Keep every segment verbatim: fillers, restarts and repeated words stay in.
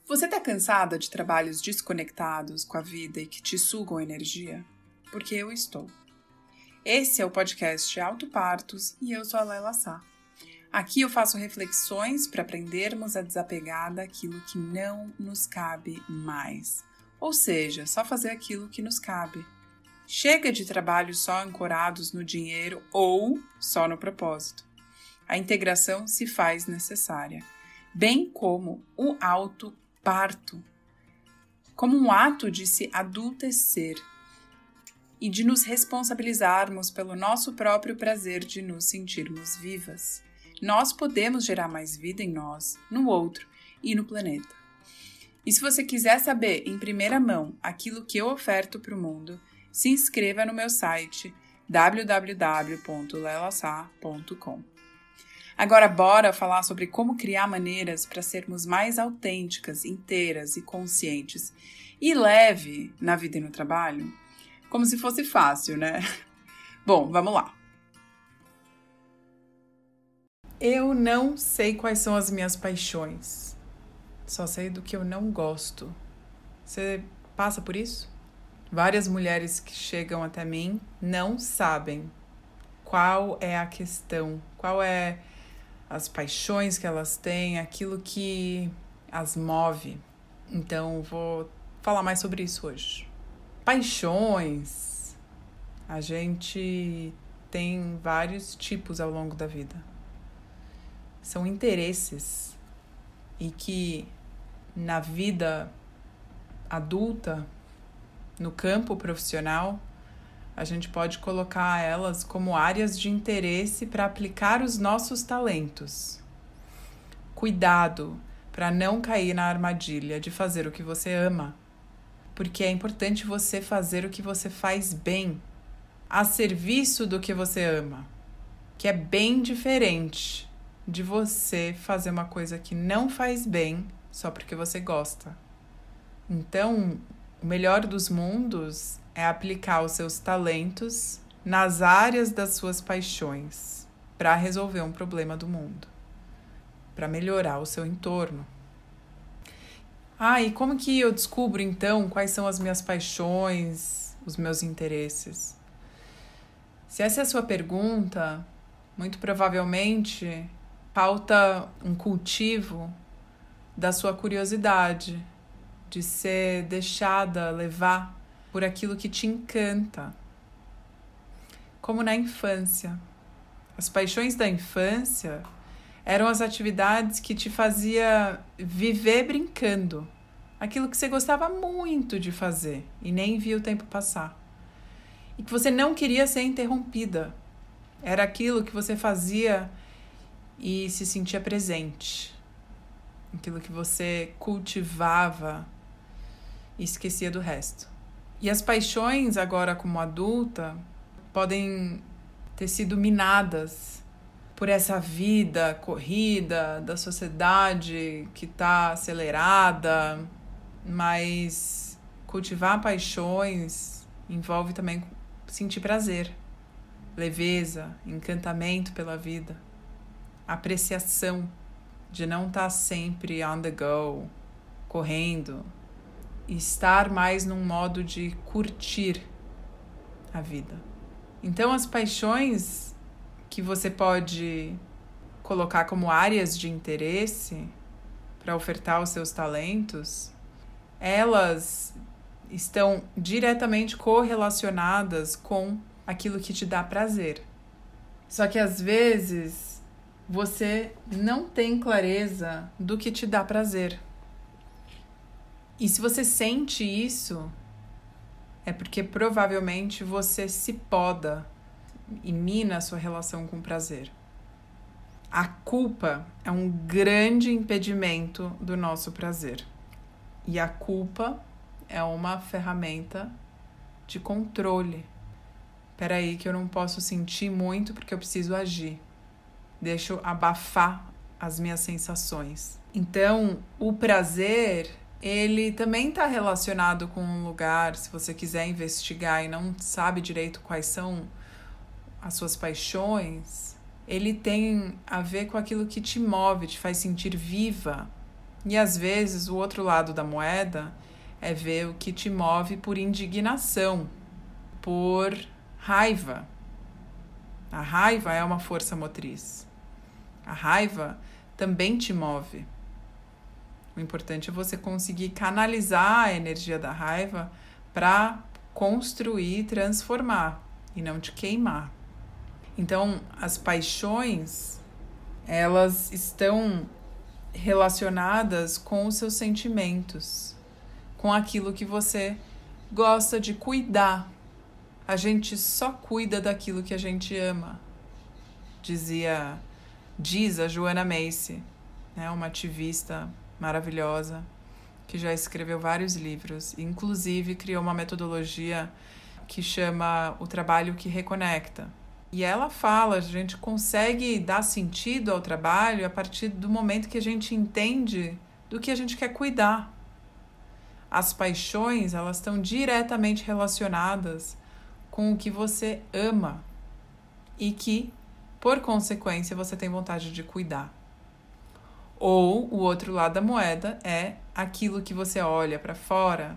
Você está cansada de trabalhos desconectados com a vida e que te sugam energia? Porque eu estou. Esse é o podcast Auto Partos e eu sou a Laila Sá. Aqui eu faço reflexões para aprendermos a desapegar daquilo que não nos cabe mais. Ou seja, só fazer aquilo que nos cabe. Chega de trabalhos só ancorados no dinheiro ou só no propósito. A integração se faz necessária, bem como o auto-parto, como um ato de se adultecer e de nos responsabilizarmos pelo nosso próprio prazer de nos sentirmos vivas. Nós podemos gerar mais vida em nós, no outro e no planeta. E se você quiser saber em primeira mão aquilo que eu oferto para o mundo, se inscreva no meu site w w w ponto lelasá ponto com. Agora bora falar sobre como criar maneiras para sermos mais autênticas, inteiras e conscientes e leve na vida e no trabalho, como se fosse fácil, né? Bom, vamos lá. Eu não sei quais são as minhas paixões, só sei do que eu não gosto. Você passa por isso? Várias mulheres que chegam até mim não sabem qual é a questão, qual é as paixões que elas têm, aquilo que as move. Então, vou falar mais sobre isso hoje. Paixões, a gente tem vários tipos ao longo da vida. São interesses e que na vida adulta, no campo profissional, a gente pode colocar elas como áreas de interesse para aplicar os nossos talentos. Cuidado para não cair na armadilha de fazer o que você ama, porque é importante você fazer o que você faz bem, a serviço do que você ama, que é bem diferente de você fazer uma coisa que não faz bem só porque você gosta. Então, o melhor dos mundos é aplicar os seus talentos nas áreas das suas paixões para resolver um problema do mundo, para melhorar o seu entorno. Ah, e como que eu descubro então quais são as minhas paixões, os meus interesses? Se essa é a sua pergunta, muito provavelmente falta um cultivo da sua curiosidade, de ser deixada levar por aquilo que te encanta. Como na infância. As paixões da infância eram as atividades que te fazia viver brincando. Aquilo que você gostava muito de fazer e nem via o tempo passar. E que você não queria ser interrompida. Era aquilo que você fazia e se sentia presente. Aquilo que você cultivava e esquecia do resto. E as paixões, agora como adulta, podem ter sido minadas por essa vida corrida da sociedade que está acelerada, mas cultivar paixões envolve também sentir prazer, leveza, encantamento pela vida, apreciação de não estar sempre on the go, correndo, e estar mais num modo de curtir a vida. Então, as paixões que você pode colocar como áreas de interesse para ofertar os seus talentos, elas estão diretamente correlacionadas com aquilo que te dá prazer. Só que, às vezes, você não tem clareza do que te dá prazer. E se você sente isso, é porque provavelmente você se poda e mina a sua relação com o prazer. A culpa é um grande impedimento do nosso prazer. E a culpa é uma ferramenta de controle. Peraí que eu não posso sentir muito porque eu preciso agir. Deixa eu abafar as minhas sensações. Então, o prazer, ele também está relacionado com um lugar, se você quiser investigar e não sabe direito quais são as suas paixões, ele tem a ver com aquilo que te move, te faz sentir viva. E às vezes o outro lado da moeda é ver o que te move por indignação, por raiva. A raiva é uma força motriz. A raiva também te move. O importante é você conseguir canalizar a energia da raiva para construir e transformar e não te queimar. Então, as paixões, elas estão relacionadas com os seus sentimentos, com aquilo que você gosta de cuidar. A gente só cuida daquilo que a gente ama, dizia, diz a Joanna Macy, né, uma ativista maravilhosa que já escreveu vários livros, inclusive criou uma metodologia que chama o trabalho que reconecta. E ela fala, a gente consegue dar sentido ao trabalho a partir do momento que a gente entende do que a gente quer cuidar. As paixões, elas estão diretamente relacionadas com o que você ama e que, por consequência, você tem vontade de cuidar. Ou o outro lado da moeda é aquilo que você olha para fora,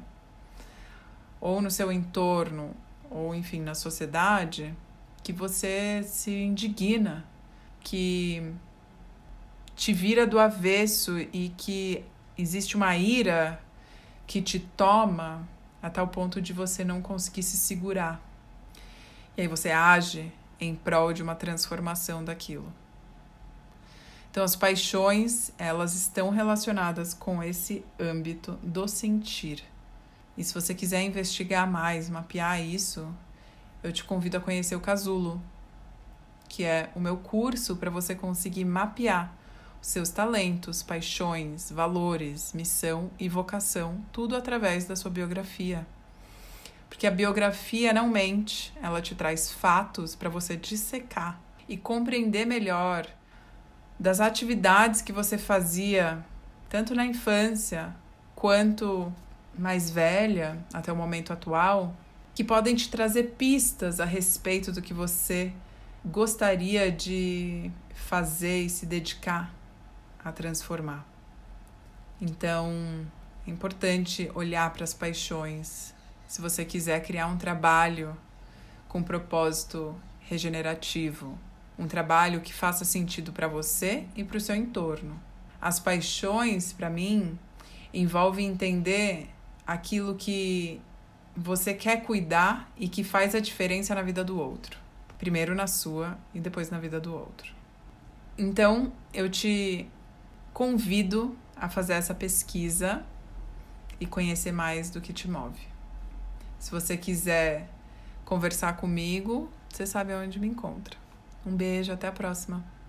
ou no seu entorno, ou enfim, na sociedade, que você se indigna, que te vira do avesso e que existe uma ira que te toma a tal ponto de você não conseguir se segurar. E aí você age em prol de uma transformação daquilo. Então, as paixões, elas estão relacionadas com esse âmbito do sentir. E se você quiser investigar mais, mapear isso, eu te convido a conhecer o Casulo, que é o meu curso para você conseguir mapear os seus talentos, paixões, valores, missão e vocação, tudo através da sua biografia. Porque a biografia não mente, ela te traz fatos para você dissecar e compreender melhor das atividades que você fazia, tanto na infância quanto mais velha, até o momento atual, que podem te trazer pistas a respeito do que você gostaria de fazer e se dedicar a transformar. Então, é importante olhar para as paixões. Se você quiser criar um trabalho com propósito regenerativo, um trabalho que faça sentido para você e para o seu entorno. As paixões, para mim, envolvem entender aquilo que você quer cuidar e que faz a diferença na vida do outro. Primeiro na sua e depois na vida do outro. Então, eu te convido a fazer essa pesquisa e conhecer mais do que te move. Se você quiser conversar comigo, você sabe onde me encontra. Um beijo, até a próxima.